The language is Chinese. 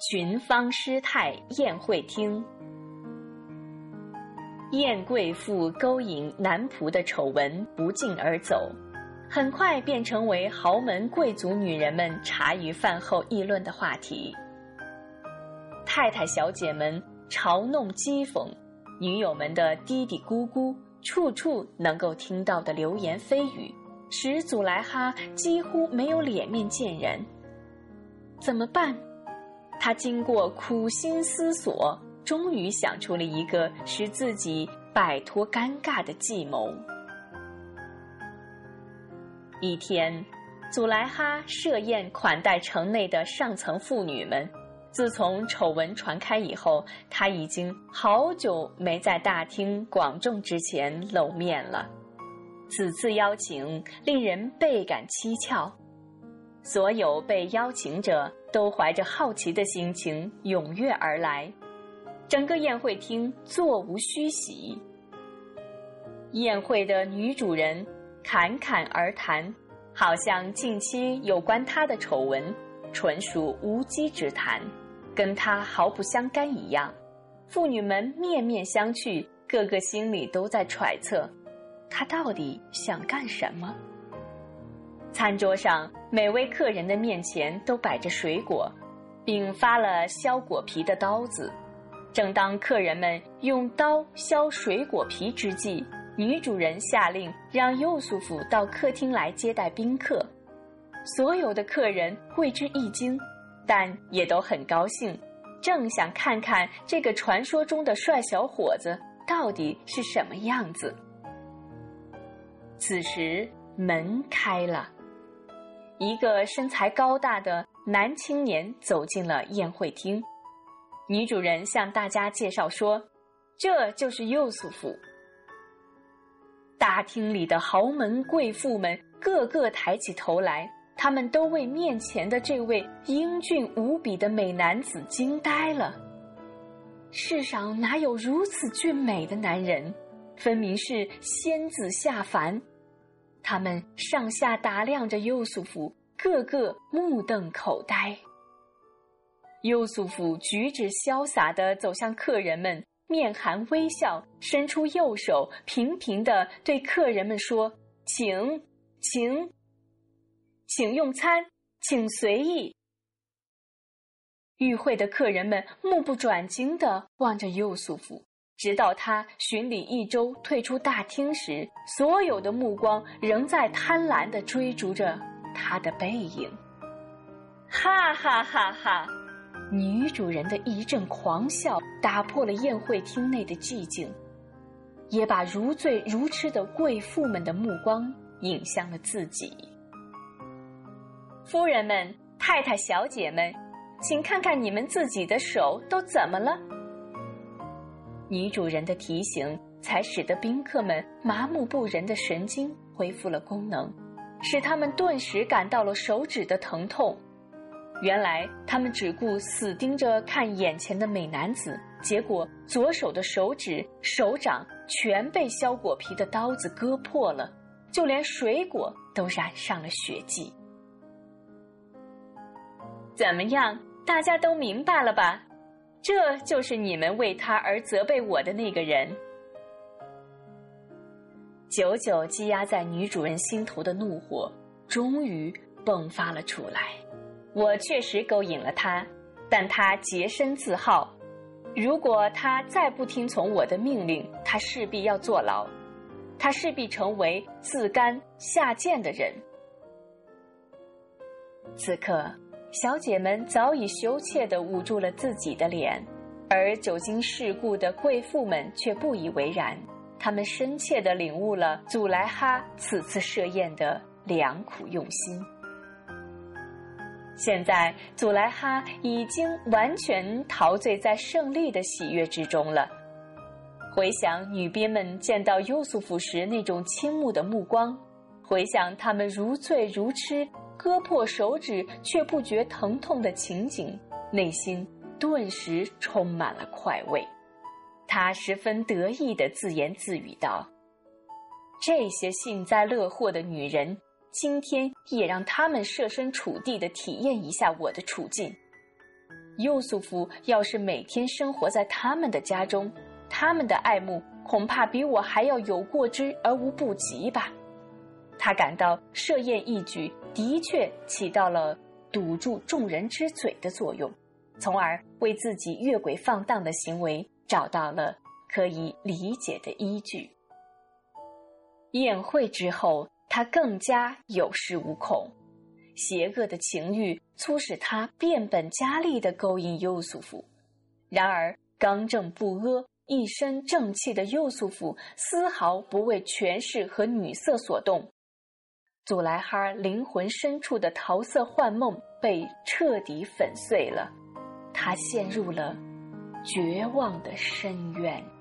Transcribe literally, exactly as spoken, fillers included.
群芳师太宴会厅。燕贵妇勾引男仆的丑闻不胫而走，很快便成为豪门贵族女人们茶余饭后议论的话题。太太小姐们嘲弄讥讽，女友们的嘀嘀咕咕，处处能够听到的流言蜚语，使祖莱哈几乎没有脸面见人。怎么办？他经过苦心思索，终于想出了一个使自己摆脱尴尬的计谋。一天，祖莱哈设宴款待城内的上层妇女们。自从丑闻传开以后，他已经好久没在大庭广众之前露面了。此次邀请令人倍感蹊跷，所有被邀请者都怀着好奇的心情踊跃而来，整个宴会厅座无虚席。宴会的女主人侃侃而谈，好像近期有关她的丑闻纯属无稽之谈，跟她毫不相干一样。妇女们面面相觑，个个心里都在揣测她到底想干什么。餐桌上每位客人的面前都摆着水果，并发了削果皮的刀子。正当客人们用刀削水果皮之际，女主人下令让幼素甫到客厅来接待宾客。所有的客人为之一惊，但也都很高兴，正想看看这个传说中的帅小伙子到底是什么样子。此时门开了，一个身材高大的男青年走进了宴会厅。女主人向大家介绍说，这就是幼素甫。大厅里的豪门贵妇们个个抬起头来，他们都为面前的这位英俊无比的美男子惊呆了。世上哪有如此俊美的男人，分明是仙子下凡。他们上下打量着幼素甫，个个目瞪口呆。幼素甫举止潇洒地走向客人们，面含微笑，伸出右手，频频地对客人们说：请请请用餐，请随意。与会的客人们目不转睛地望着幼素甫，直到他巡礼一周退出大厅时，所有的目光仍在贪婪地追逐着他的背影。哈哈哈哈！女主人的一阵狂笑打破了宴会厅内的寂静，也把如醉如痴的贵妇们的目光引向了自己。夫人们、太太小姐们，请看看你们自己的手都怎么了？女主人的提醒才使得宾客们麻木不仁的神经恢复了功能，使他们顿时感到了手指的疼痛。原来他们只顾死盯着看眼前的美男子，结果左手的手指、手掌全被削果皮的刀子割破了，就连水果都染上了血迹。怎么样，大家都明白了吧？这就是你们为他而责备我的那个人。久久积压在女主人心头的怒火终于迸发了出来。我确实勾引了他，但他洁身自好，如果他再不听从我的命令，他势必要坐牢，他势必成为自甘下贱的人。此刻小姐们早已羞怯地捂住了自己的脸，而久经世故的贵妇们却不以为然，她们深切地领悟了祖莱哈此次设宴的良苦用心。现在祖莱哈已经完全陶醉在胜利的喜悦之中了。回想女宾们见到幼素甫时那种倾慕的目光，回想他们如醉如痴割破手指却不觉疼痛的情景，内心顿时充满了快慰。他十分得意地自言自语道：这些幸灾乐祸的女人，今天也让她们设身处地地体验一下我的处境。 优素福要是每天生活在他们的家中，他们的爱慕恐怕比我还要有过之而无不及吧。他感到设宴一举的确起到了堵住众人之嘴的作用，从而为自己越轨放荡的行为找到了可以理解的依据。宴会之后，他更加有恃无恐，邪恶的情欲促使他变本加厉地勾引优素福。然而刚正不阿、一身正气的优素福丝毫不为权势和女色所动。祖莱哈灵魂深处的桃色幻梦被彻底粉碎了，他陷入了绝望的深渊。